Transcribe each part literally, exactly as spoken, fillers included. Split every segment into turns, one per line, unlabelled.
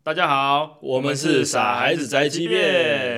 大家好，我们是傻孩子宅急便。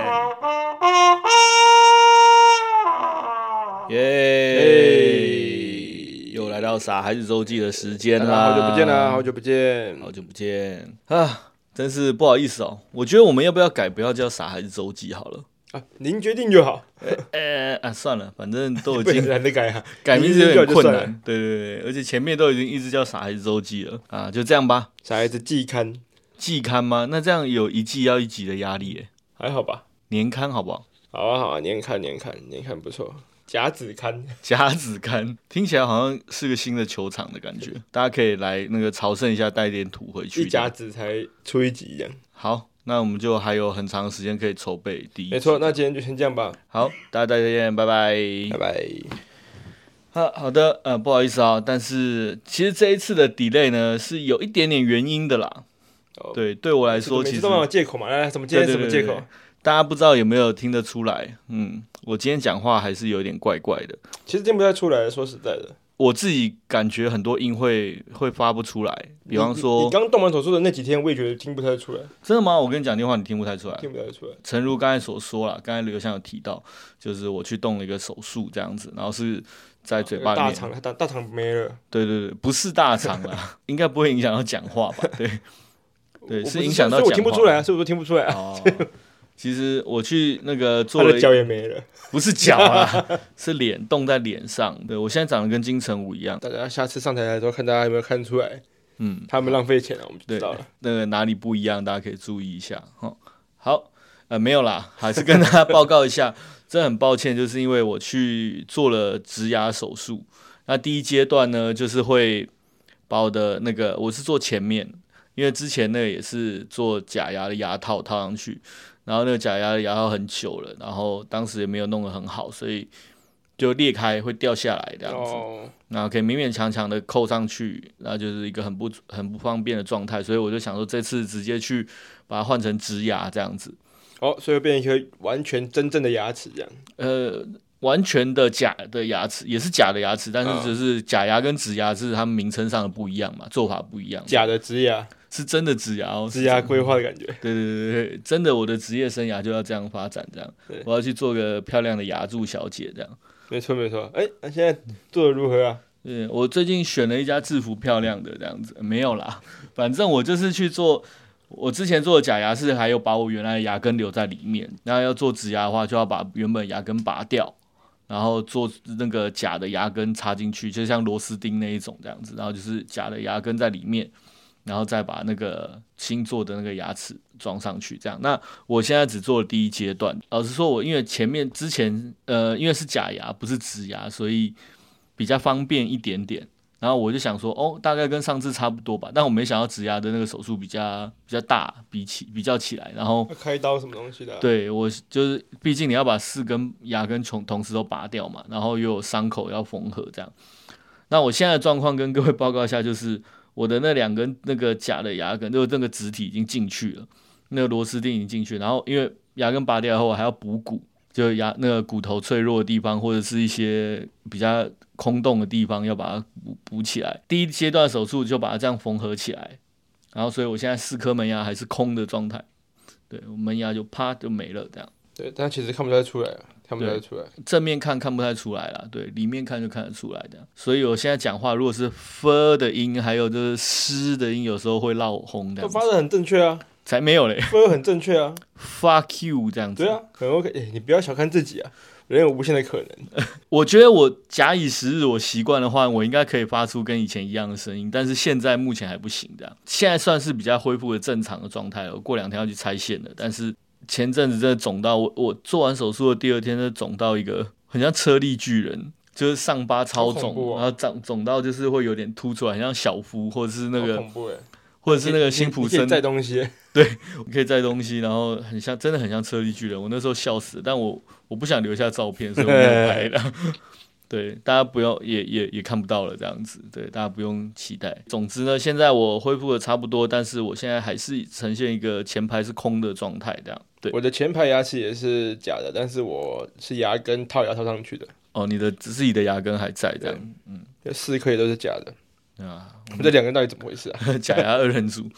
耶！又来到傻孩子周记的时间啦！
好久不见啦，好久不见，
好久不见啊！真是不好意思哦，我觉得我们要不要改，不要叫傻孩子周记好了。
啊，您决定就好。
呃、欸、啊，算了，反正都已经
懒得改啊，
改名字有点困难。对对对，而且前面都已经一直叫傻孩子周记了啊，就这样吧。
傻孩子季刊，
季刊吗？那这样有一季要一集的压力耶。
还好吧？
年刊好不好？
好啊好啊，年刊年刊年刊不错。甲子刊，
甲子刊听起来好像是个新的球场的感觉，大家可以来那个朝圣一下，带点土回去。
一甲子才出一集一样。
好，那我们就还有很长的时间可以筹备第一集。
没错，那今天就先这样吧。
好，大家再见，拜拜，
拜拜。
好好的，呃，不好意思啊，但是其实这一次的 delay 呢是有一点点原因的啦。哦、对，对我来说，其实
都没有借口嘛，来来，什么今天什么借口？
大家不知道有没有听得出来？嗯，我今天讲话还是有点怪怪的。
其实听不太出来，说实在的，
我自己感觉很多音会会发不出来。比方说，
你刚动完手术的那几天，我也觉得听不太出来。
真的吗？我跟你讲电话，你听不太出来？
听不太出来。
诚如刚才所说啦，刚才刘翔有提到，就是我去动了一个手术这样子，然后是在嘴巴里面。
大肠，大大肠没了。
对对对，不是大肠啦，应该不会影响到讲话吧？对对，是影响到讲话。
所以我听不出来啊，所以我都听不出来啊。
哦其实我去那个做了，
他的脚也没了，
不是脚啊，是脸冻在脸上。对我现在长得跟金城武一样。
大家下次上台的时候，看大家有没有看出来，嗯，他们浪费钱了，我们就知道了。
那个哪里不一样，大家可以注意一下。好，呃，没有啦，还是跟大家报告一下，真的很抱歉，就是因为我去做了植牙手术。那第一阶段呢，就是会把我的那个，我是做前面，因为之前那个也是做假牙的牙套套上去。然后那个假牙的牙套很久了，然后当时也没有弄得很好，所以就裂开会掉下来这样子，哦、然后可以勉勉强强的扣上去，然后就是一个很不很不方便的状态，所以我就想说这次直接去把它换成植牙这样子。
哦，所以变成一颗完全真正的牙齿这样。
呃，完全的假的牙齿也是假的牙齿，但是只是假牙跟植牙是它们名称上的不一样嘛，做法不一样。
假的植牙。
是真的植牙哦，
职涯规划的感觉。
对对对对，真的，我的职业生涯就要这样发展，这样，我要去做个漂亮的牙助小姐，这样。
没错没错，哎、欸，那现在做的如何啊？
对，我最近选了一家制服漂亮的这样子，没有啦，反正我就是去做。我之前做的假牙是还有把我原来的牙根留在里面，然后要做植牙的话，就要把原本牙根拔掉，然后做那个假的牙根插进去，就像螺丝钉那一种这样子，然后就是假的牙根在里面。然后再把那个新做的那个牙齿装上去，这样。那我现在只做了第一阶段。老实说，我因为前面之前呃，因为是假牙不是植牙，所以比较方便一点点。然后我就想说，哦，大概跟上次差不多吧。但我没想到植牙的那个手术比较比较大，比起比较起来，然后
开刀什么东西的、啊？
对我就是，毕竟你要把四根牙根同同时都拔掉嘛，然后又有伤口要缝合这样。那我现在的状况跟各位报告一下，就是。我的那两根那个假的牙根，就是那个植体已经进去了，那个螺丝钉已经进去，然后因为牙根拔掉后还要补骨，就牙那个骨头脆弱的地方或者是一些比较空洞的地方要把它补补起来。第一阶段手术就把它这样缝合起来，然后所以我现在四颗门牙还是空的状态，对，门牙就啪就没了这样。
对，但其实看不太出来啊。看不太出来，
正面看看不太出来啦，对，里面看就看得出来的。所以我现在讲话，如果是 f 的音，还有就是诗的音，有时候会绕红这样子。
发的很正确啊，
才没有嘞
，f 很正确啊
，fuck you 这样子。
对啊，很 OK，、欸、你不要小看自己啊，人有无限的可能。
我觉得我假以时日，我习惯的话，我应该可以发出跟以前一样的声音，但是现在目前还不行这样。现在算是比较恢复的正常的状态了，我过两天要去拆线了，但是。前阵子真的肿到我，我做完手术的第二天，就肿到一个很像车力巨人，就是上巴超肿，
哦、
然后肿肿到就是会有点凸出来，很像小夫或者是那个，
恐怖耶
或者是那个辛普森，
可以载东西，
对，我可以载东西，然后很像，真的很像车力巨人。我那时候笑死了，但我我不想留下照片，所以我没有拍的。对，大家不要也也也看不到了这样子，对，大家不用期待。总之呢，现在我恢复的差不多，但是我现在还是呈现一个前排是空的状态，这样。对，
我的前排牙齿也是假的，但是我是牙根套牙套上去的。
哦，你的自己的牙根还在这样，嗯，
四颗也都是假的。
啊，
我们这两个人到底怎么回事啊？
假牙二人组。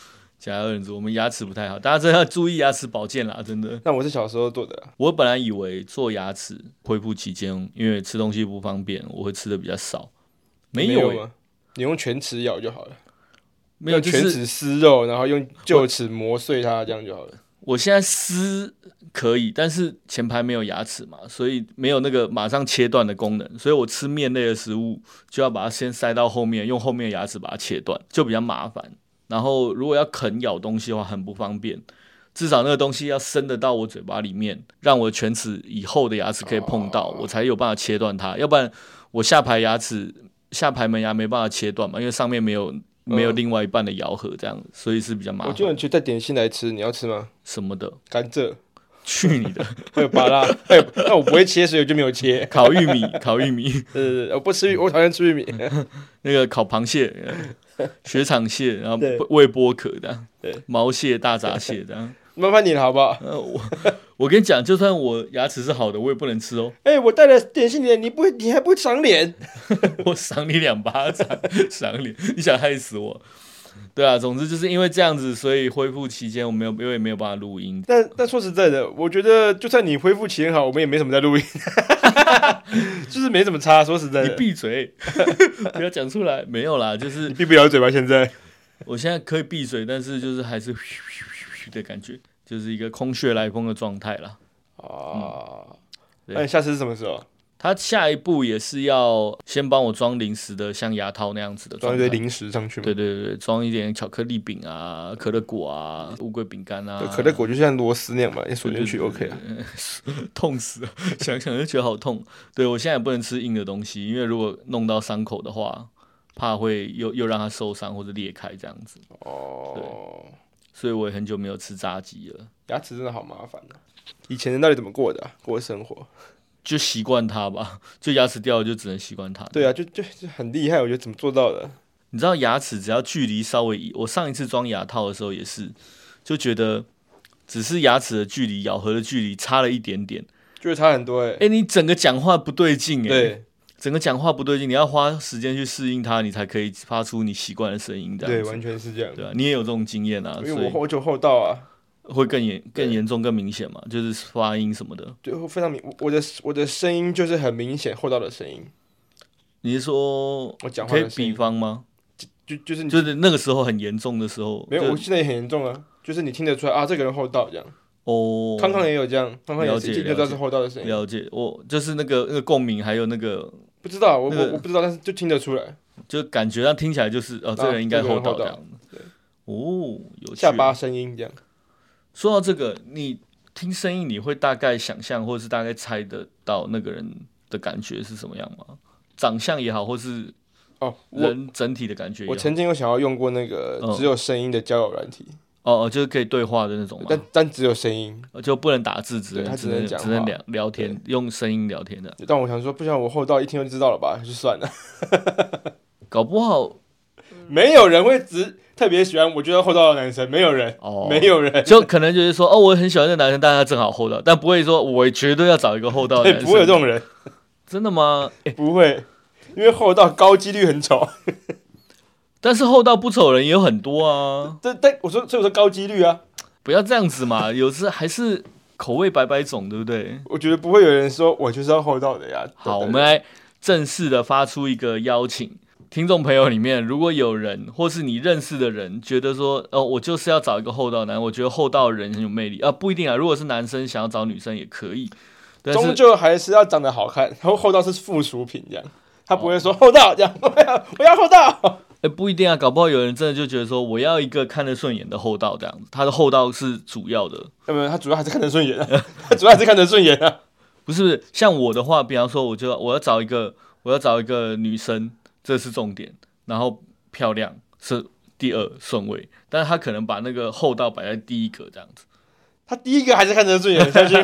假牙二人组，我们牙齿不太好，大家真的要注意牙齿保健啦，真的。
那我是小时候做的啦。
我本来以为做牙齿恢复期间，因为吃东西不方便，我会吃的比较少，没有、欸、
吗？你用全齿咬就好了。
没有，就是
全齿撕肉，然后用臼齿磨碎它，这样就好了。
我现在撕可以，但是前排没有牙齿嘛，所以没有那个马上切断的功能，所以我吃面类的食物就要把它先塞到后面，用后面的牙齿把它切断，就比较麻烦。然后如果要啃咬东西的话，很不方便。至少那个东西要伸得到我嘴巴里面，让我全齿以后的牙齿可以碰到，我才有办法切断它。要不然我下排牙齿、下排门牙没办法切断嘛，因为上面没有。没有另外一半的咬合，这样，所以是比较麻烦。
我就能去带点心来吃，你要吃吗？
什么的？
甘蔗。
去你的！
还有芭乐，还有那我不会切，所以我就没有切。
烤玉米，烤玉米。
对对对，我不吃玉，我讨厌吃玉米。
那个烤螃蟹，雪场蟹，然后未剥壳的，毛蟹、大闸蟹这样。
麻烦你了，好不好？
呃，我我跟你讲，就算我牙齿是好的，我也不能吃哦。
哎、欸，我带了点心脸，你不会，你还不会赏脸？
我赏你两巴掌，赏脸！你想害死我？对啊，总之就是因为这样子，所以恢复期间我没有，因为没有办法录音。
但但说实在的，我觉得就算你恢复期很好，我们也没什么在录音，就是没怎么差。说实在的，
你闭嘴，不要讲出来。没有啦，就是
你闭不了嘴巴。现在
我现在可以闭嘴，但是就是还是嘘嘘嘘的感觉，就是一个空穴来风的状态啦。
啊，那、嗯、你下次是什么时候？
他下一步也是要先帮我装零食的，像牙套那样子的，
装一堆零食上去吗？
对对对，装一点巧克力饼啊、可乐果啊、乌龟饼干啊。
可乐果就像螺丝那样嘛，你锁进去 OK 啊。
痛死了，想想就覺得好痛。对，我现在也不能吃硬的东西，因为如果弄到伤口的话，怕会又又让它受伤或者裂开这样子。哦。所以我也很久没有吃炸鸡了。
牙齿真的好麻烦啊！以前人到底怎么过的、啊？过生活？
就习惯它吧，就牙齿掉了就只能习惯它。
对啊，就就就很厉害，我觉得怎么做到的？
你知道牙齿只要距离稍微，我上一次装牙套的时候也是，就觉得只是牙齿的距离、咬合的距离差了一点点，
就是差很多哎、欸。
哎、欸，你整个讲话不对劲哎、欸，
对，
整个讲话不对劲，你要花时间去适应它，你才可以发出你习惯的声音。
对，完全是这样。
对啊，你也有这种经验啊，
因为我后就后道啊。
会更严、更严重、更明显嘛，就是发音什么的。
对，非常明。我的我的声音就是很明显后道的声音。
你是说
我讲话的声音
可以比方吗？
就就是你
就是那个时候很严重的时候。
没有，我现在也很严重啊。就是你听得出来啊，这个人后道这样。
哦。
康康也有这样，康康也是听得到是后道的声音。
了解，我就是那个那个共鸣，还有那个
不知道，我、
那個、
我我不知道，但是就听得出来，
就感觉上听起来就是哦，这个人应该后道这样。
对。
哦，有趣。
下巴声音这样。
说到这个，你听声音，你会大概想象，或者是大概猜得到那个人的感觉是什么样吗？长相也好，或是
哦，
人整体的感觉也好。
我曾经有想要用过那个只有声音的交友软体。
哦哦，就是可以对话的那种吗？
但但只有声音，
就不能打字，只能
只能讲，
只能聊聊天，用声音聊天的。
但我想说，不想我后道一听就知道了吧，就算了。
搞不好
没有人会只。特别喜欢我觉得后道的男生，没有人，哦、没有人，
就可能就是说，哦，我很喜欢这个男生，但他正好后道，但不会说我绝对要找一个后道的男生，
不会有这种人，
真的吗？
欸、不会，因为后道高几率很丑，
但是后道不丑的人也有很多啊。
但但我说，所以我说高几率啊，
不要这样子嘛，有时还是口味百百种，对不对？
我觉得不会有人说我就是要后道的呀。
好，我们来正式的发出一个邀请。听众朋友里面，如果有人或是你认识的人觉得说，哦，我就是要找一个厚道男，我觉得厚道的人很有魅力啊，不一定啊。如果是男生想要找女生也可以，
终究还是要长得好看。然后厚道是附属品，这样他不会说厚道这样，我要我要厚道。
哎、欸，不一定啊，搞不好有人真的就觉得说，我要一个看得顺眼的厚道这样子，他的厚道是主要的。
没有，他主要还是看得顺眼啊，他主要还是看得顺眼啊。
不是像我的话，比方说，我就我要找一个，我要找一个女生，这是重点。然后漂亮是第二顺位，但是他可能把那个厚道摆在第一个这样子。
他第一个还是看得顺眼，相信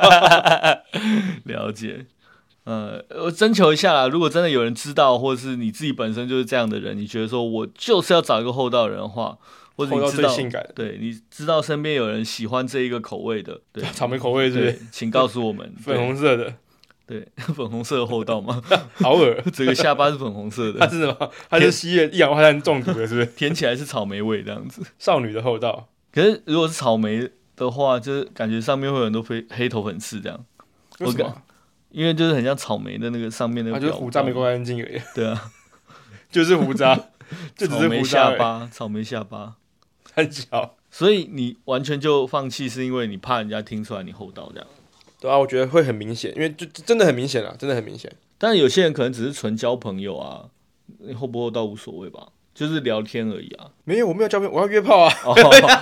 了解。呃，我征求一下啦，如果真的有人知道，或者是你自己本身就是这样的人，你觉得说我就是要找一个厚道的人的话，或者你知道
性感的，
对，你知道身边有人喜欢这一个口味的，对，
草莓口味是不是？
请告诉我们。
粉红色的。
对，粉红色的厚道吗？
好恶，
整个下巴是粉红色的，
它是什么？它是吸了一氧化碳中毒的，是不是？
舔起来是草莓味这样子。
少女的厚道。
可是如果是草莓的话，就是感觉上面会有很多黑黑头粉刺这样。
为什么？
因为就是很像草莓的那个上面那个，
啊，就是胡渣没刮干净而已。
对啊，
就是胡渣，就只是胡渣
下巴，草莓下巴，
很小。
所以你完全就放弃，是因为你怕人家听出来你厚道这样。
对啊，我觉得会很明显，因为就真的很明显啊，真的很明显。
但是有些人可能只是纯交朋友啊，厚不厚道无所谓吧，就是聊天而已啊。
没有，我没有交朋友，我要约炮啊。
哦、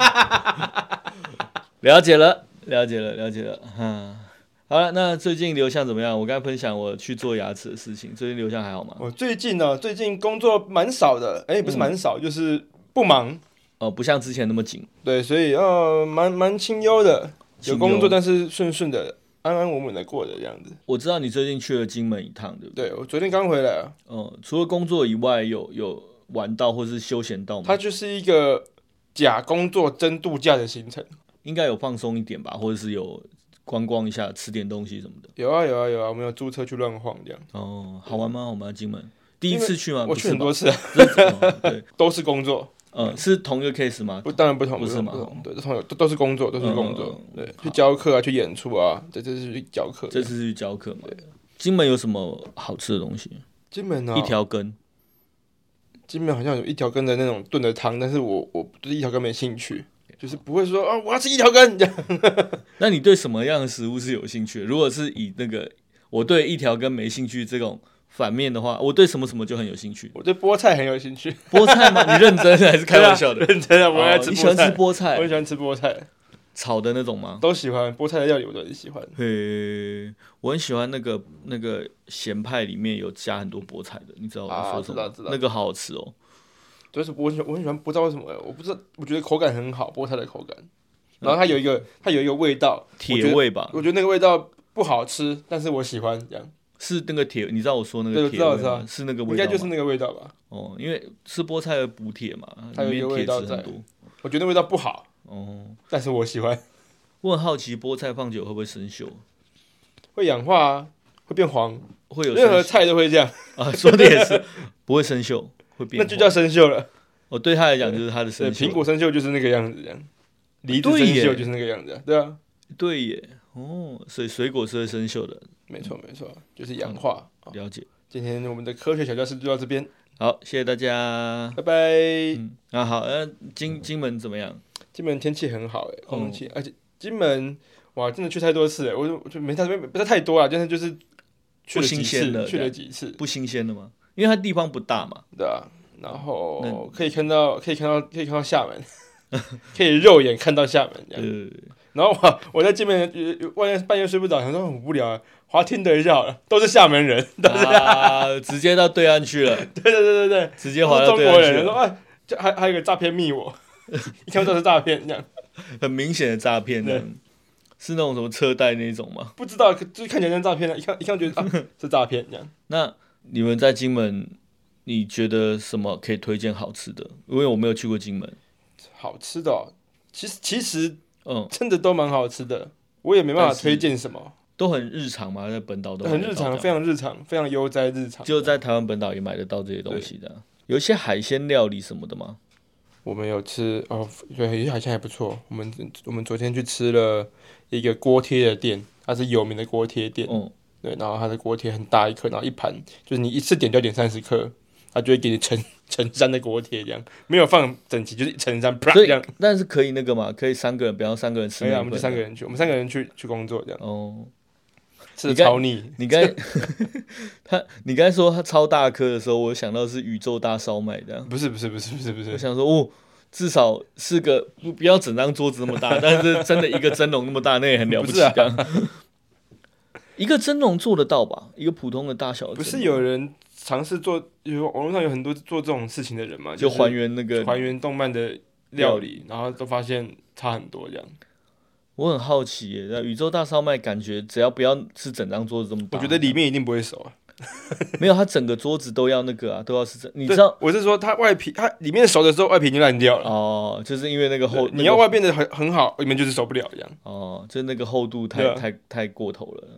了解了，了解了，了解了。嗯，好了，那最近刘向怎么样？我刚才分享我去做牙齿的事情，最近刘向还好吗？
我最近呢，最近工作蛮少的，哎、欸，不是蛮少、嗯，就是不忙。
哦，不像之前那么紧。
对，所以呃，蛮蛮清幽的，有工作，但是顺顺的。安安稳稳的过的这样子。
我知道你最近去了金门一趟，对不对？
对，我昨天刚回来啊。
哦、嗯，除了工作以外，有有玩到或是休闲到吗？
它就是一个假工作真度假的行程，
应该有放松一点吧，或者是有观光一下，吃点东西什么的。
有啊有啊有啊，我们有租车去乱晃这样。
哦，好玩吗？我们金门第一次去吗？
我去很多次、啊
哦，对，
都是工作。
嗯，是同一个 case 吗？
不，当然不同，
不是嘛？
对，都同都都是工作，都是工作。嗯、对，去教课啊，去演出啊，这这是去教课。
这次是去教课嘛？金门有什么好吃的东西？
金门啊，
一条根。
金门好像有一条根的那种炖的汤，但是我我对一条根没兴趣，就是不会说啊，我要吃一条根这样。
那你对什么样的食物是有兴趣的？如果是以那个我对一条根没兴趣这种。反面的话，我对什么什么就很有兴趣。
我对菠菜很有兴趣。
菠菜吗？你认真还是开玩笑的？
认真啊，我爱吃菠菜、哦。
你喜欢吃菠菜？
我很喜欢吃菠菜，
炒的那种吗？
都喜欢，菠菜的料理我都很喜欢。
嘿，我很喜欢那个那个咸派里面有加很多菠菜的，你知道我说什么？
啊、知道知道。
那个好好吃哦。
就是我很我很喜欢，不知道为什么，我不知道，我觉得口感很好，菠菜的口感。然后它有一个，它有一个味道，
铁味吧？
我觉得那个味道不好吃，但是我喜欢这样。
是那个铁，你知道我说那个铁味吗？是那个味道，
应该就是那个味道吧。
哦，因为吃菠菜的补铁嘛，
它有一个味道在。我觉得那味道不好。
哦，
但是我喜欢。
我很好奇，菠菜放久会不会生锈？
会氧化啊，会变黄，
会有
任何菜都会这样
啊。说的也是，不会生锈，会变黄。
那就叫生锈了。
哦，对他来讲就是他的生
锈。苹果生锈就是那个样子，这样。梨子生锈就是那个样子、啊，对啊。
对耶，哦，所以水果是会生锈的。
没错没错，就是氧化、
嗯。了解。
今天我们的科学小教室就到这边。
好，谢谢大家，
拜拜。
嗯，啊好，那金金门怎么样？
金门天气很好哎，空气、嗯，而且金门哇，真的去太多次哎，我我就没太不是太多啊，真的就是去了几次，去了几次，
不新鲜的吗？因为它地方不大嘛。
对啊，然后可以看到，可以看到，可以看到厦门，可以肉眼看到厦门这样。对对对。然后我我在金门外面半夜睡不着，想说很无聊啊，滑听得一下好了，都是厦门人，都是
啊，直接到对岸去了。
对对对对对，
直接滑到对岸去了。
中国人说哎，就还还有一个诈骗密我，一看都是诈骗这样，
很明显的诈骗的，是那种什么车贷那种吗？
不知道，就是看起来像诈骗的，一看一看觉得啊是诈骗这样。
那你们在金门，你觉得什么可以推荐好吃的？因为我没有去过金门。
好吃的、哦，其实其实。
嗯，
真的都蛮好吃的，我也没办法推荐什么，
都很日常嘛，在本岛都
很日常，非常日常，非常悠哉日常，
就在台湾本岛也买得到这些东西的。有一些海鲜料理什么的吗？
我们有吃哦，对，有些海鲜还不错。我们我们昨天去吃了一个锅贴的店，它是有名的锅贴店，嗯，对，然后它的锅贴很大一颗，然后一盘就是你一次点就要点三十颗。他就会给你成成山的锅贴这样，没有放整齐，就是成山啪这样。
但是可以那个嘛，可以三个人，比方三个人吃。
可以啊，我们就三个人去，我们三个人去去工作这样。
哦，
吃的超腻。
你刚他，你刚才说他超大颗的时候，我想到是宇宙大烧麦这样。
不是不是不是不是不是，
我想说哦，至少是个不不要整张桌子那么大，但是真的一个蒸笼那么大，那也很了不起这样。一个蒸笼做得到吧？一个普通的大小的。
不是有人。尝试做，有网络上有很多做这种事情的人嘛，
就还原那个
还原动漫的料理，然后都发现差很多这样。
我很好奇耶，那宇宙大烧麦感觉只要不要是整张桌子这么大，
我觉得里面一定不会熟啊。
没有，它整个桌子都要那个啊，都要是你知道？
我是说它外皮，它里面熟的时候外皮已经烂掉了。
哦，就是因为那个厚，
你要外变得很很好，里面就是熟不了这样。
哦，就是那个厚度太太太过头了。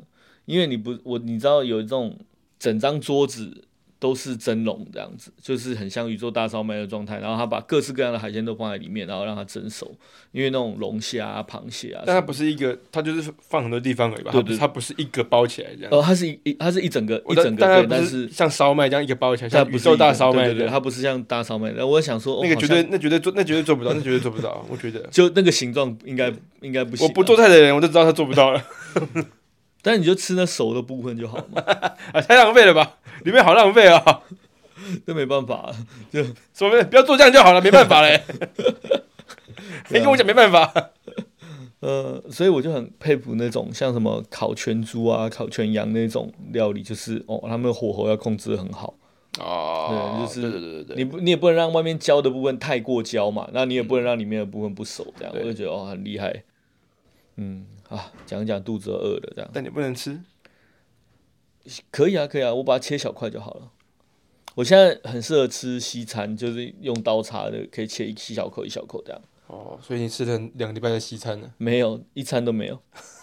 因为你不我你知道有这种整张桌子都是蒸笼这样子，就是很像宇宙大烧麦的状态，然后他把各式各样的海鲜都放在里面，然后让它蒸熟。因为那种龙虾啊、螃蟹啊，
但它不是一个，它就是放很多地方而已吧？
对对，
它不是一个包起来这样。
哦，它是一它是一整个一整个，对，但是
像烧麦这样一个包起来，像宇宙大烧麦，
对对，它不是像大烧麦。然后我想说，
那个绝对那绝对做那绝对做不到，那绝对做不到，我觉得。
就那个形状应该应该不行。
我不做菜的人，我就知道他做不到了。
但你就吃那熟的部分就好嘛。
啊，太浪费了吧？里面好浪费啊！
这没办法，就
什么不要做这样就好了，没办法嘞。你跟我讲没办法。
呃，所以我就很佩服那种像什么烤全猪啊、烤全羊那种料理，就是哦，他们火候要控制得很好。
哦，
对，就是
对对对对，
你不你也不能让外面焦的部分太过焦嘛，那你也不能让里面的部分不熟，这样我就觉得哦很厉害。嗯啊，讲一讲肚子饿了这样。
但你不能吃。
可以啊，可以啊，我把它切小块就好了。我现在很适合吃西餐，就是用刀叉的，可以切一小口一小口这样。
哦，所以你吃了两个礼拜的西餐呢？
没有，一餐都没有。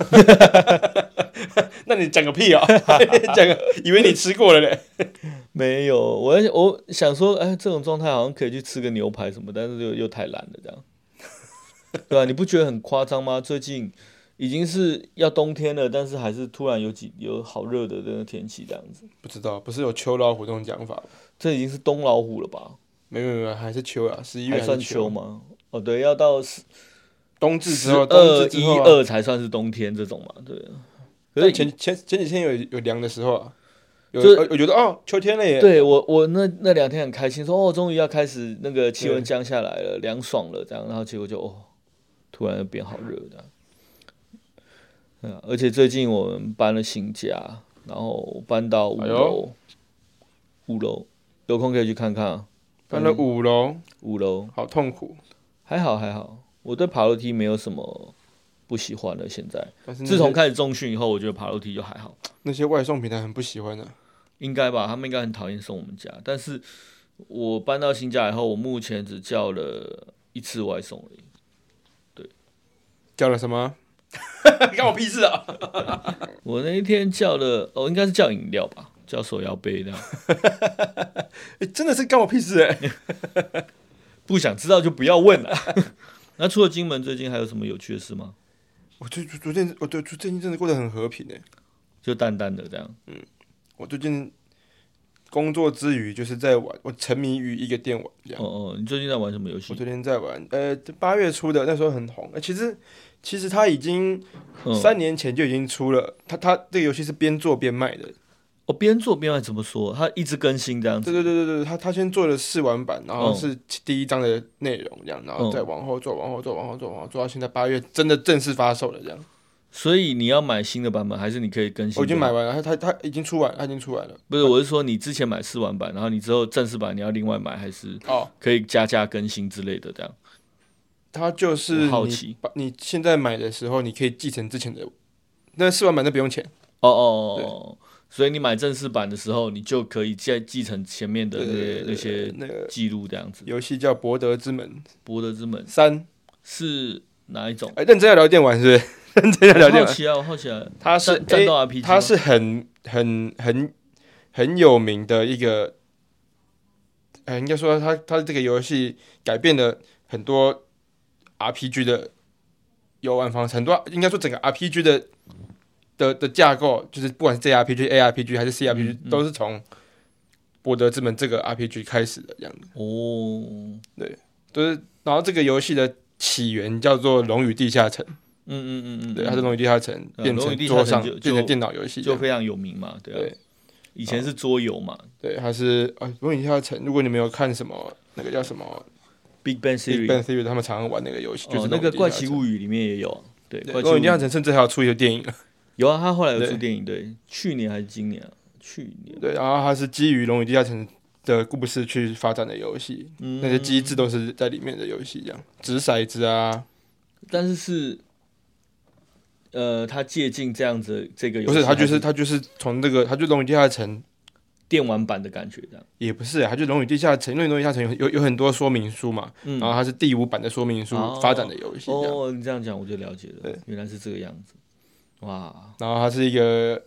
那你讲个屁啊！讲个，以为你吃过了嘞。
没有，我我想说，哎，这种状态好像可以去吃个牛排什么，但是又又太懒了，这样。对啊，你不觉得很夸张吗？最近已经是要冬天了，但是还是突然有几有好热的那个天气这样子。
不知道，不是有秋老虎这种讲法吗？
这已经是冬老虎了吧？
没有没有，还是秋啊，十一月
还算秋吗？哦，对，要到
冬至之后，
二一二才算是冬天这种嘛，对。
可是前前前几天有有凉的时候啊，有我觉得哦，秋天了耶。
对我我那那两天很开心，说哦，终于要开始那个气温降下来了，凉爽了这样，然后结果就哦，突然就变好热这样。嗯，而且最近我们搬了新家，然后搬到五楼，五楼有空可以去看看啊。
搬了五楼，
五楼
好痛苦。
还好还好，我对爬楼梯没有什么不喜欢的。现在自从开始重训以后，我觉得爬楼梯就还好。
那些外送平台很不喜欢的、啊，
应该吧？他们应该很讨厌送我们家。但是我搬到新家以后，我目前只叫了一次外送而已。对，
叫了什么？干我屁事啊！
我那一天叫了，哦，应该是叫饮料吧，叫手摇杯这样。
欸、真的是干我屁事哎、
欸！不想知道就不要问了。那除了金门，最近还有什么有趣的事吗？
我最昨天，我对最近真的过得很和平哎，
就淡淡的这样。
嗯，我最近工作之余就是在玩，我沉迷于一个电玩这样。
哦哦，你最近在玩什么游戏？
我最近在玩，呃，八月初的那时候很红。呃、其实其实它已经三年前就已经出了，它它这个游戏是边做边卖的。
哦，边做边卖怎么说？它一直更新这样子。
对对对对对，他他先做了试玩版，然后是第一章的内容这样，然后再往后做，往后做，往后做，往后做到现在八月真的正式发售了这样。
所以你要买新的版本，还是你可以更新？
我已经买完了，他他他已经出完，他已经出完了。
不是，我是说你之前买试玩版，然后你之后正式版你要另外买，还是哦可以加价更新之类的这样？
他就是
好奇，
你现在买的时候，你可以继承之前的那试玩版，那不用钱。
哦哦哦。所以你买正式版的时候，你就可以再继承前面的那些那些记录这样子。
游戏叫《博德之门》，
博德之门
三
是哪一种？
哎、欸，认真要聊电玩是不是？认真要聊电玩。
好奇啊，我好奇啊。
它是
战斗 R P G，
它是很很很很有名的一个，呃，应该说它它这个游戏改变了很多 R P G 的游玩方式，很多应该说整个 R P G 的。的, 的架构就是不管是 J R P G、A R P G 还是 C R P G，、嗯嗯、都是从《博德之门》这个 R P G 开始的这样的。
哦，
对，就是然后这个游戏的起源叫做《龙与地下城》。
嗯嗯嗯嗯，
对，它是《龙与地下城》变成桌上、嗯、变成电脑游戏，
就非常有名嘛，对啊。对，以前是桌游嘛。
对，它是啊，《龙与地下城》。如果你没有看什么那个叫什么
Big Bang Theory，
Big Bang Theory 他们常常玩那个游戏，就是、
哦、那个《怪奇物语》里面也有。对，《
龙与地下城》甚至还有出一个电影。
有啊，他后来有出电影，对，对去年还是今年啊？去年。
对，然后它是基于《龙与地下城》的故事去发展的游戏、嗯，那些机制都是在里面的游戏，这样掷骰子啊。
但是是，呃，他借鉴这样子这个游戏，
不是，他就是他就是从这个，他就《龙与地下城》
电玩版的感觉这样。
也不是，他就《龙与地下城》，因为《龙与地下城》有有有很多说明书嘛，嗯、然后它是第五版的说明书发展的游戏。
哦，你这样讲我就了解了，原来是这个样子。哇，
然后它是一个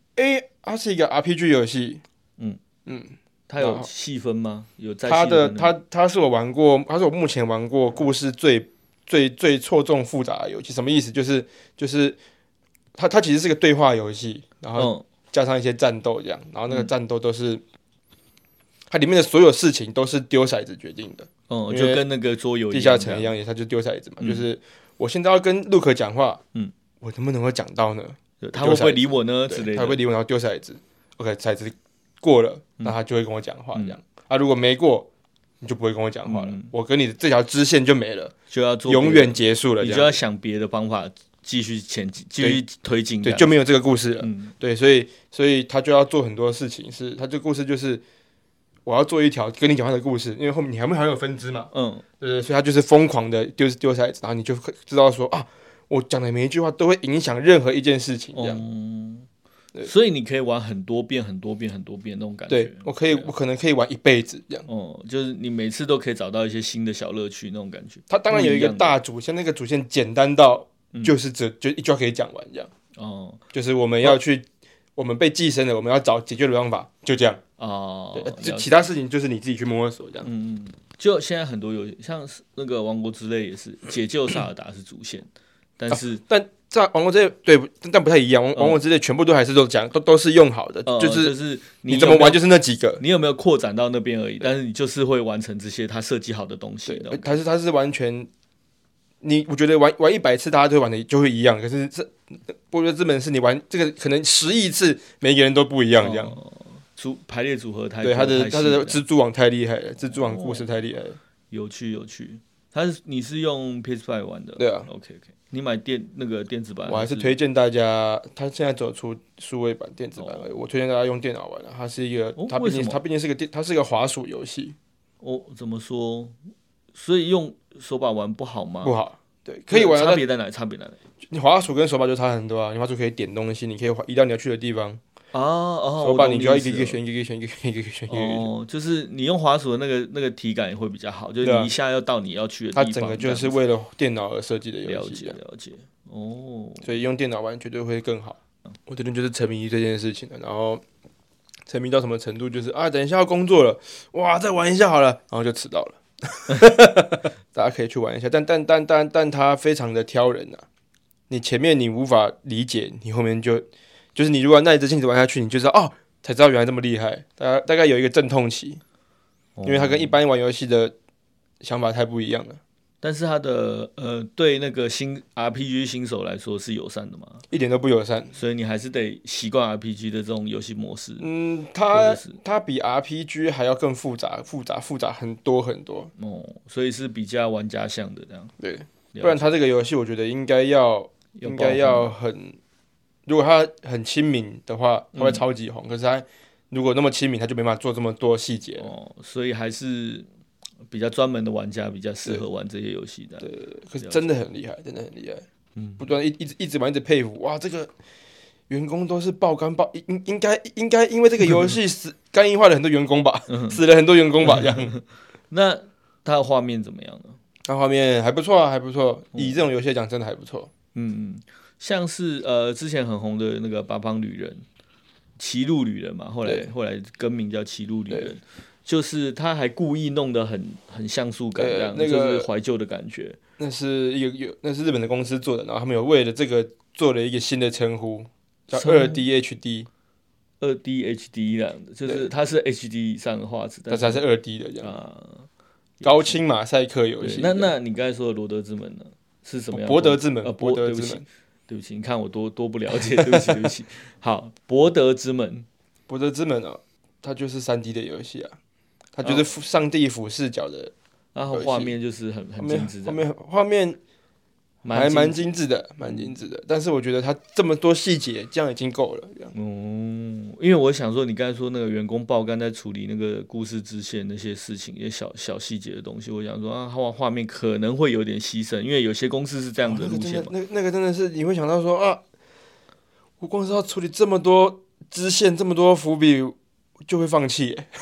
诶，它是一个 R P G 游戏。
嗯
嗯，
它有细分吗？有在
它的
细分
它它是我玩过，它是我目前玩过故事最最最错综复杂的游戏。什么意思？就是就是它它其实是个对话游戏，然后加上一些战斗这样，然后那个战斗都是、嗯、它里面的所有事情都是丢骰子决定的。
哦，就跟那个桌游
地下城一样，也它就丢骰子嘛、嗯。就是我现在要跟 Luke 讲话，嗯，我能不能够讲到呢？
他会不会理我呢？之类的，
他会不会理我？然后丢骰子 ，OK， 骰子过了，那他就会跟我讲话这样。嗯、啊，如果没过，你就不会跟我讲话了。嗯、我跟你的这条支线就没了，
就要做
永远结束了，
你就要想别的方法继续前进，继续推进，
对，就没有这个故事了。嗯、对，所以所以他就要做很多事情，是他这个故事就是我要做一条跟你讲话的故事，因为后面你还会还有分支嘛，嗯，对对，所以他就是疯狂的丢丢骰子，然后你就知道说啊。我讲的每一句话都会影响任何一件事情，这样、嗯，
所以你可以玩很多遍、很多遍、很多遍那种感觉。
对，我可以，我可能可以玩一辈子这样。
哦、嗯，就是你每次都可以找到一些新的小乐趣那种感觉。
它当然有一个大主线，那个主线简单到就是这、嗯、就一句话可以讲完这样。哦，就是我们要去，哦、我们被寄生了，我们要找解决的方法，就这样。哦，对，其他事情就是你自己去摸索这样。
嗯嗯，就现在很多游戏，像那个《王国之泪》也是解救萨尔达是主线。但是，
啊、但在王国之泪对，但不太一样。王、嗯、王国之泪全部都还是都讲，都都是用好的，
呃、
就是
就是
你怎么玩就是那几个。
你有没有扩展到那边而已？但是你就是会完成这些他设计好的东西。
对，它是它是完全，你我觉得玩玩一百次大家都会玩的就会一样。可是这波德之门是你玩这个可能十亿次，每个人都不一样这样。
哦、组排列组合太
对，它的它的蜘蛛网太厉害了，蜘蛛网故事太厉害了，
哦、有趣有趣。它是你是用 P S 五 玩的？
对啊
，OK OK。你买电那个电子版，
我还是推荐大家，它现在走出数位版、电子版而已。哦、我推荐大家用电脑玩的，它是一个，
哦、
它毕竟它毕竟是个电，它是一个滑鼠游戏。
哦，怎么说？所以用手把玩不好吗？
不好，对，可以玩。
差别在哪里？差别在哪里？
你滑鼠跟手把就差很多啊！你滑鼠可以点东西，你可以移到你要去的地方。
哦哦，
手把你就要一个一个选，一个一个选，一个一个选，一个一个选。
哦，就是你用滑鼠的那个那个体感也会比较好，就是你一下要到你要去的地方。
它整个就是为了电脑而设计的游戏。
了解了解。哦，
所以用电脑玩绝对会更好。我这边就是沉迷于这件事情了，然后沉迷到什么程度，就是啊，等一下要工作了，哇，再玩一下好了，然后就迟到了。大家可以去玩一下，但但但但但它非常的挑人啊！你前面你无法理解，你后面就就是你如果耐着性子玩下去，你就知道哦，才知道原来这么厉害。大概大概有一个阵痛期，因为它跟一般玩游戏的想法太不一样了。
但是它的呃，对那个新 R P G 新手来说是友善的吗？
一点都不友善，
所以你还是得习惯 R P G 的这种游戏模式。
嗯，它它比 R P G 还要更复杂，复杂复杂很多很多。
哦，所以是比较玩家向的这样。
对，不然它这个游戏我觉得应该要应该要很，如果它很亲民的话，它会超级红。嗯、可是它如果那么亲民，它就没办法做这么多细节。
哦，所以还是。比较专门的玩家比较适合玩这些游戏的，
对，可是真的很厉害，真的很厉害，嗯，不断一一直一直玩，一直佩服，哇，这个员工都是爆肝爆，应应该应该因为这个游戏死肝硬化了很多员工吧，死了很多员工吧，这样。
那它的画面怎么样呢？
它画面还不错啊，还不错，以这种游戏来讲，真的还不错。
嗯嗯，像是呃之前很红的那个八方旅人、歧路旅人嘛，后来后来更名叫歧路旅人。就是他还故意弄得很很像素感，这样、呃那个、就是怀旧的感觉。
那是一个有，那是日本的公司做的，然后他们有为了这个做了一个新的称呼，叫二 D H D。
二 D H D 这样的，就是它是 H D 上的画质，
但是它是二 D 的这样。啊，高清马赛克游戏。
那那你刚才说的罗德之门呢？是什么样？
博德之门。
呃，
博德之门。
对不起，你看我多多不了解，对不起，对不起。好，博德之门。
博德之门哦，它就是三 D 的游戏啊。它就是上帝俯视角的，
然后画面就是很很精致，
画面画面还蛮精致的，蛮精致的。但是我觉得它这么多细节，这样已经够了。
嗯，因为我想说，你刚才说那个员工爆肝在处理那个故事支线那些事情，一些小小细节的东西，我想说啊，画画面可能会有点牺牲，因为有些公司是这样的路线嘛。
那个那个真的是你会想到说啊，我光是要处理这么多支线，这么多伏笔。就会放弃耶。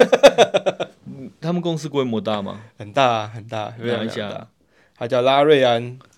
他们公司规模大吗？
很大很大，非常
大。
他叫拉瑞安，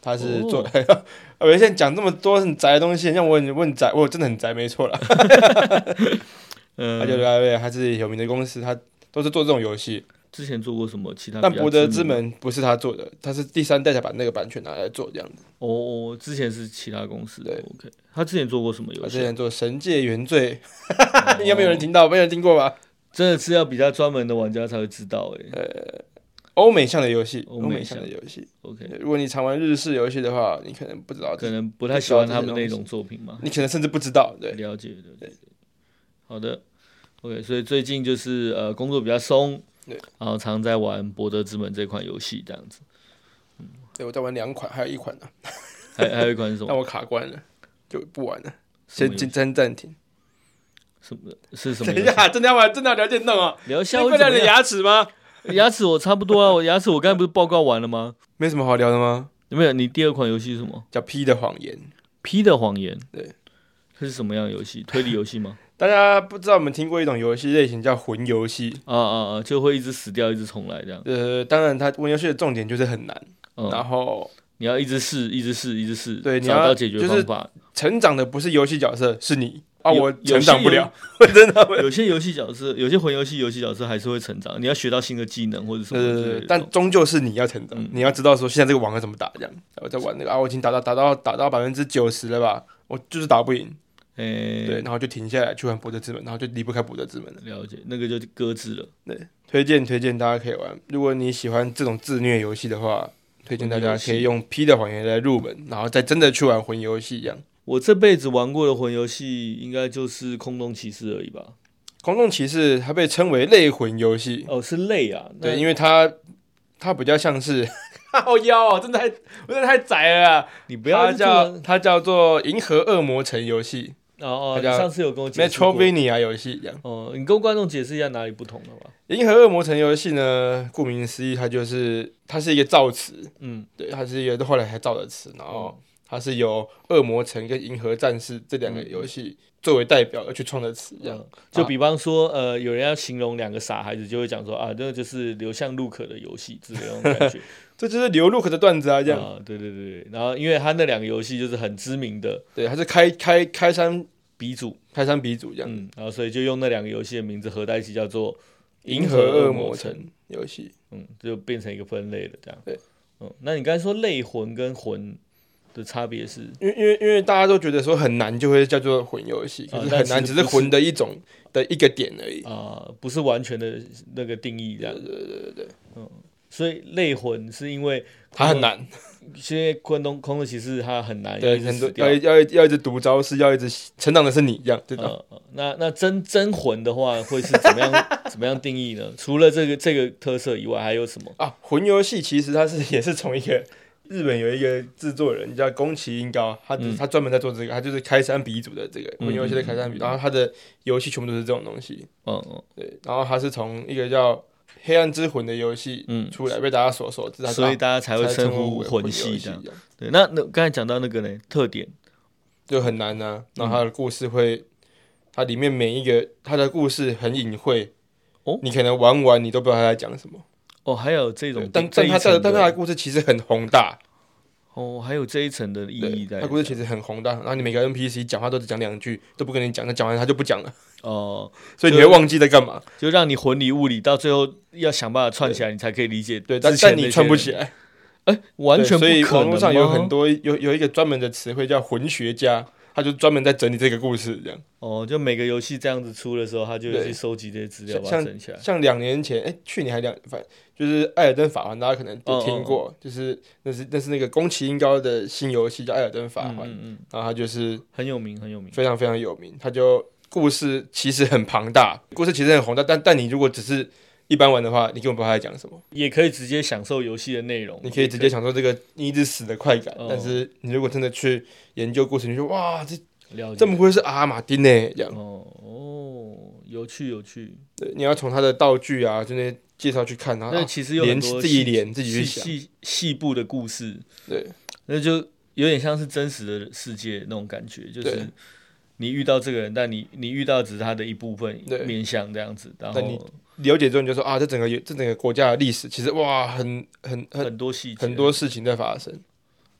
他是做，哦、我现在讲这么多很宅的东西，像我很我很宅，我真的很宅，没错啦。嗯，他就对，他是有名的公司，他都是做这种游戏。
之前做过什么其他？
但博德之门不是他做的，他是第三代才把那个版权拿来做这样子。
哦，之前是其他公司。对 ，OK。他之前做过什么游戏？
他之前做《神界原罪》哦，应该没有人听到，没有人听过吧？
真的是要比较专门的玩家才会知道哎。
呃，欧美向的游戏，欧美向的游戏。
OK。
如果你常玩日式游戏的话，你可能不知道，
可能不太喜欢他们那种作品嘛。
你可能甚至不知道，对。
了解的，对。好的 ，OK。所以最近就是呃工作比较松。对，然后常在玩《博德之门》这款游戏，这样子。
嗯，对，我在玩两款，还有一款呢、
啊。还还有一款是什么？
但我卡关了，就不玩了，先先暂停。
什么？是什么？
等一下，真的要玩，真的要聊电动啊？
聊一下。
会聊你的牙齿吗？
牙齿我差不多啊，我牙齿我刚才不是报告完了吗？
没什么好聊的吗？
有没有？你第二款游戏是什么？
叫《P 的谎言》。
P 的谎言。
对。
这是什么样的游戏？推理游戏吗？
大家不知道有没有听过一种游戏类型叫魂游戏
啊啊啊，就会一直死掉，一直重来这样。
呃，当然，它魂游戏的重点就是很难，嗯、然后
你要一直试，一直试，一直试，
对，
找到解决方法。
成长的不是游戏角色，是你啊！我成长不了，真的。
有些游戏角色，有些魂游戏游戏角色还是会成长，你要学到新的技能或者什么之类的。
但终究是你要成长，嗯、你要知道说现在这个网要怎么打这样。我在玩那个啊，我已经打到打到打到百分之九十了吧，我就是打不赢。欸、对，然后就停下来去玩博德之门，然后就离不开博德之门了。
了解，那个就搁置了。
对，推荐推荐大家可以玩。如果你喜欢这种自虐游戏的话，推荐大家可以用 P 的谎言来入门，然后再真的去玩魂游戏一样。
我这辈子玩过的魂游戏，应该就是空洞骑士而已吧。
空洞骑士它被称为类魂游戏。
哦，是类啊。
对，因为它它比较像是。好妖哦，真的太我真的太宅了啊。
你不要
它叫它叫做银河恶魔城游戏。
哦哦，你上次有跟我解释过
Metrovania 游戏一样。
哦，你跟观众解释一下哪里不同的吧。
银河恶魔城游戏呢，顾名思义，它就是它是一个造词，嗯，对，它是一个后来才造的词，然后它是由恶魔城跟银河战士这两个游戏作为代表而去创的词，这样、嗯。
就比方说，呃，有人要形容两个傻孩子，就会讲说啊，那个就是流向路可的游戏之类的那种感觉。
这就是流路可的段子啊，这样。
啊，对对对，然后因为他那两个游戏就是很知名的，
对，它是开开开山。
鼻祖，
开山鼻祖这样，
嗯，然后所以就用那两个游戏的名字合在一起，叫做
银河恶魔城游戏，
嗯，就变成一个分类了，这样。
对，
嗯，那你刚才说类魂跟魂的差别是？
因为因为因为大家都觉得说很难就会叫做魂游戏，可是很难只是魂的一种的一个点而已
啊、呃，不是完全的那个定义这样。
对对对对对，
嗯，所以类魂是因为
它很难。
因为空洞空洞骑士它很难，
对，很多要要要一直读招式，要一直成长的是你这样，这种、
呃。那那真真魂的话，会是怎么样怎么样定义呢？除了这个这个特色以外，还有什么
啊？魂游戏其实它是也是从一个日本有一个制作人叫宫崎英高，他、嗯、他专门在做这个，他就是开山鼻祖的这个魂游戏的开山鼻，嗯、然后他的游戏全部都是这种东西。嗯嗯，对，然后他是从一个叫黑暗之魂的游戏出来，嗯、被大家所熟知，
所以大家才会称呼魂系这样。对，那那刚才讲到那个呢，特点
就很难啊。然后它的故事会，它里面每一个它的故事很隐晦，哦，你可能玩完你都不知道他在讲什么。
哦，还有这种，
但但它但它的故事其实很宏大。
哦，还有这一层的意义在。
它故事其实很宏大，然后你每个 N P C 讲话都只讲两句，都不跟你讲，那讲完他就不讲了。哦，所以你会忘记在干嘛，
就让你魂里雾里，到最后要想办法串起来，你才可以理解。
对，但但你串不起来。
哎、欸，完全不可能。
所以网络上有很多有有一个专门的词汇叫魂学家，他就专门在整理这个故事这样。
哦，就每个游戏这样子出的时候，他就去收集这些资料，把它整起来。
像两年前，哎、欸，去年还两，反就是《艾尔登法环》，大家可能都听过，哦哦就是那是那是那个宫崎英高的新游戏叫《艾尔登法环》，嗯嗯嗯然后他就是
很有名，很有名，
非常非常有名。他就故事其实很庞大，故事其实很宏大，但但你如果只是一般玩的话，你根本不知道他在讲什么，
也可以直接享受游戏的内容。
你可以直接享受这个你一直死的快感，哦、但是你如果真的去研究故事，你就哇，这这么会是阿马丁呢？这样
哦哦，有趣有趣。
对，你要从他的道具啊，就那些介绍去看，然后
其实有很多
自己连自己去想
细细部的故事。
对，
那就有点像是真实的世界那种感觉，就是你遇到这个人，但你你遇到只是他的一部分面向这样子，然后。
了解之后你就说啊，这整个这整个国家的历史其实哇，很很很
很多细节，
很多事情在发生。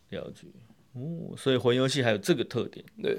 了解。哦，所以魂游戏还有这个特点。
对。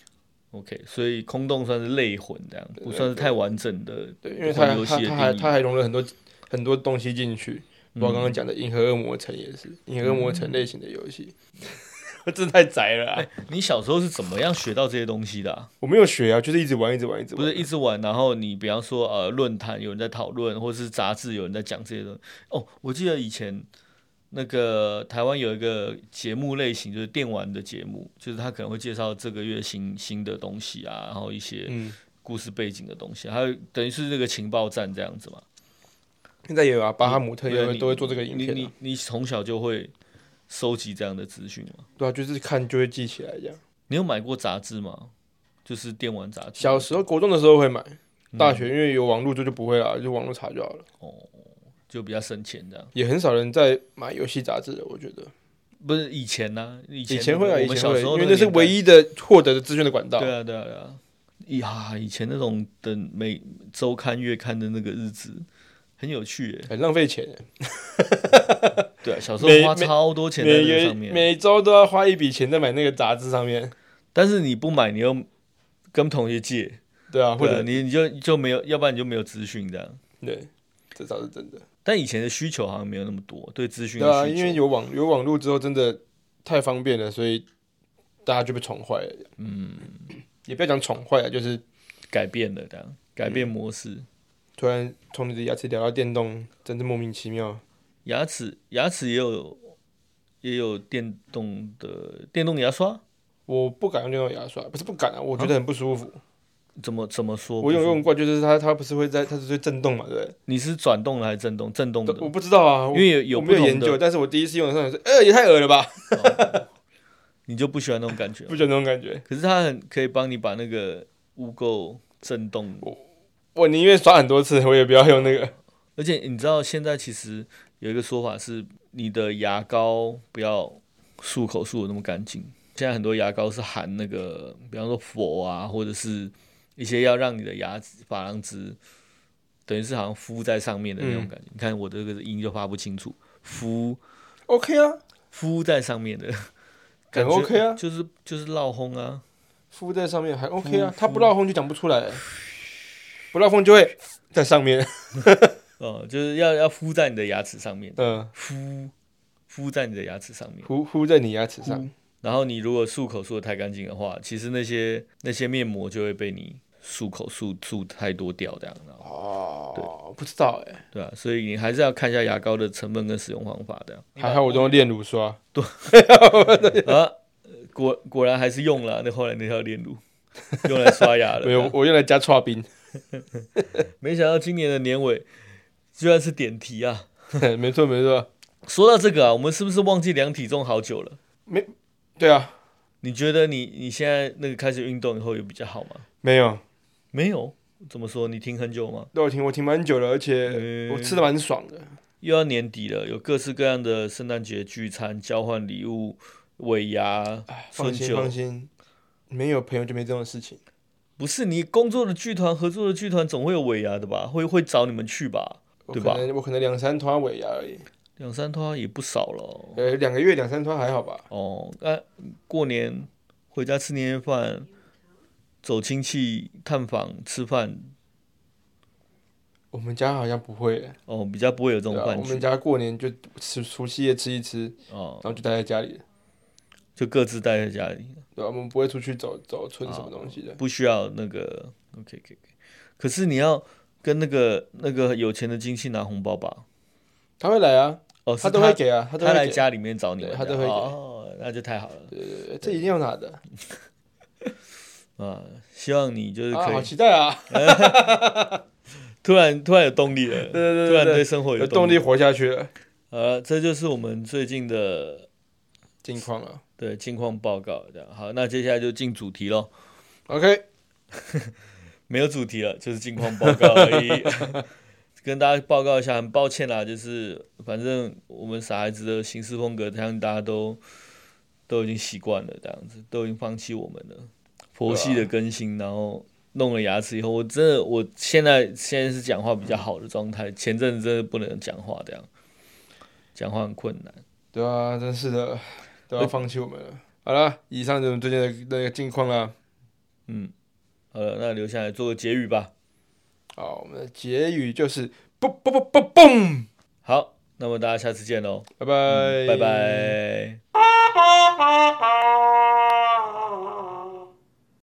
OK， 所以空洞算是类魂这样，不算是太完整的。
对，因为它它它还它还融了很多很多东西进去，包括刚刚讲的《银河恶魔城》也是，《银河恶魔城》类型的游戏。我真的太宅了、啊
欸！你小时候是怎么样学到这些东西的、啊？
我没有学啊，就是一直玩，一直玩，一直玩。
不是一直玩，然后你比方说呃论坛有人在讨论，或是杂志有人在讲这些东西。哦，我记得以前那个台湾有一个节目类型，就是电玩的节目，就是他可能会介绍这个月新新的东西啊，然后一些故事背景的东西，还有等于是这个情报站这样子嘛。
现在也有啊，巴哈姆特也都会做这个影片、啊。
你你你从小就会收集这样的资讯吗？
对啊，就是看就会记起来这样。
你有买过杂志吗？就是电玩杂志。
小时候国中的时候会买，大学因为有网络就就不会了，就网络查就好了。
哦，就比较省钱这样。
也很少人在买游戏杂志的，我觉得。
不是以前呢、啊，以前
以前会啊，以前会，
因
为那是唯一的获得的资讯的管道。
对啊，对啊，对啊。呀，以前那种等每周刊、月刊的那个日子。很有趣耶，
很浪费钱耶。
对啊，小时候花超多钱在这个上面，
每周都要花一笔钱在买那个杂志上面。
但是你不买，你又跟同学借，
对啊，或者
你你就就没有，要不然你就没有资讯这样。
对，这倒是真的。
但以前的需求好像没有那么多，对资讯。
对啊，因为有网有网络之后，真的太方便了，所以大家就被宠坏了。嗯，也不要讲宠坏了，就是
改变了这样，改变模式。嗯，
突然从你的牙齿聊到电动，真是莫名其妙。
牙齿牙齿也有也有电动的电动牙刷，
我不敢用电动牙刷，不是不敢啊，我觉得很不舒服。啊、
怎么怎么说？
我有用过，就是它它不是会在它是会震动嘛，对不对？
你是转动的还是震动？震动的，
我不知道啊，
因为有有
我没有研究，但是我第一次用的时候是，呃，也太恶了吧。
哦、你就不喜欢那种感觉？
不喜欢那种感觉。
可是它很可以帮你把那个污垢震动。
我宁愿刷很多次，我也不要用那个。
而且你知道，现在其实有一个说法是，你的牙膏不要漱口漱的那么干净。现在很多牙膏是含那个，比方说氟啊，或者是一些要让你的牙齿、珐琅质，等于是好像敷在上面的那种感觉。嗯、你看我这个音就发不清楚，敷
OK 啊，
敷在上面的，
很 OK 啊，
就是就是烙烘啊，
敷在上面还 OK 啊，它不烙烘就讲不出来。不烙风就会在上面，
哦，就是要要敷在你的牙齿上面，
嗯，
敷敷在你的牙齿上面，
敷敷在你牙齿上。
然后你如果漱口漱得太干净的话，其实那些那些面膜就会被你漱口漱漱太多掉这样。
哦，对，不知道哎。
对啊，所以你还是要看一下牙膏的成分跟使用方法的。
还好我都用炼乳刷。
对，啊，果果然还是用了那后来那条炼乳。用来刷牙了，
没有，我用来加刨冰。
没想到今年的年尾居然是点题啊！
没错没错。
说到这个啊，我们是不是忘记量体重好久了？
没，对啊。
你觉得你你现在那个开始运动以后有比较好吗？
没有，
没有。怎么说？你停很久吗？
对，我停，我停蛮久了，而且我吃的蛮爽的。
又要年底了，有各式各样的圣诞节聚餐、交换礼物、尾牙、春酒。
放心。没有朋友就没这种事情，
不是你工作的剧团、合作的剧团总会有尾牙的吧？会会找你们去吧？对吧？
我可能两三团尾牙而已，
两三团也不少了。
呃，两个月两三团还好吧？
哦，那、啊、过年回家吃年夜饭，走亲戚探访吃饭。
我们家好像不会。
哦，比较不会有这种饭局、啊。
我们家过年就吃除夕夜吃一吃，哦，然后就待在家里。
就各自待在家里，
对、啊，我们不会出去走走村什么东西的，
不需要那个 OK OK。可是你要跟那个那个有钱的亲戚拿红包吧？
他会来啊，
哦，
他都会给啊，
他
都会给
他来家里面找你们，
他都会给，
哦，那就太好了。
对对对，这一定要拿的。
啊，希望你就是可以，
啊、好期待啊！
突然突然有动力了，对
对对对，
突然对生活
有
动
力活下去了。
呃，这就是我们最近的
近况啊。
对，近况报告这样。好，那接下来就进主题咯。
OK，
没有主题了，就是近况报告而已。跟大家报告一下，很抱歉啦，就是反正我们傻孩子的行事风格，相信大家都都已经习惯了，这样子都已经放弃我们了。佛系的更新，然后弄了牙齿以后，我真的我现在现在是讲话比较好的状态，前阵子真的不能讲话，这样讲话很困难。
对啊，真是的。 都要放弃我们了。好了，以上就是最近的那个近况啦。
嗯，好了，那留下来做个结语吧。
好，我们的结语就是嘣嘣嘣嘣嘣。
好，那么大家下次见喽，
拜拜、
嗯，拜拜。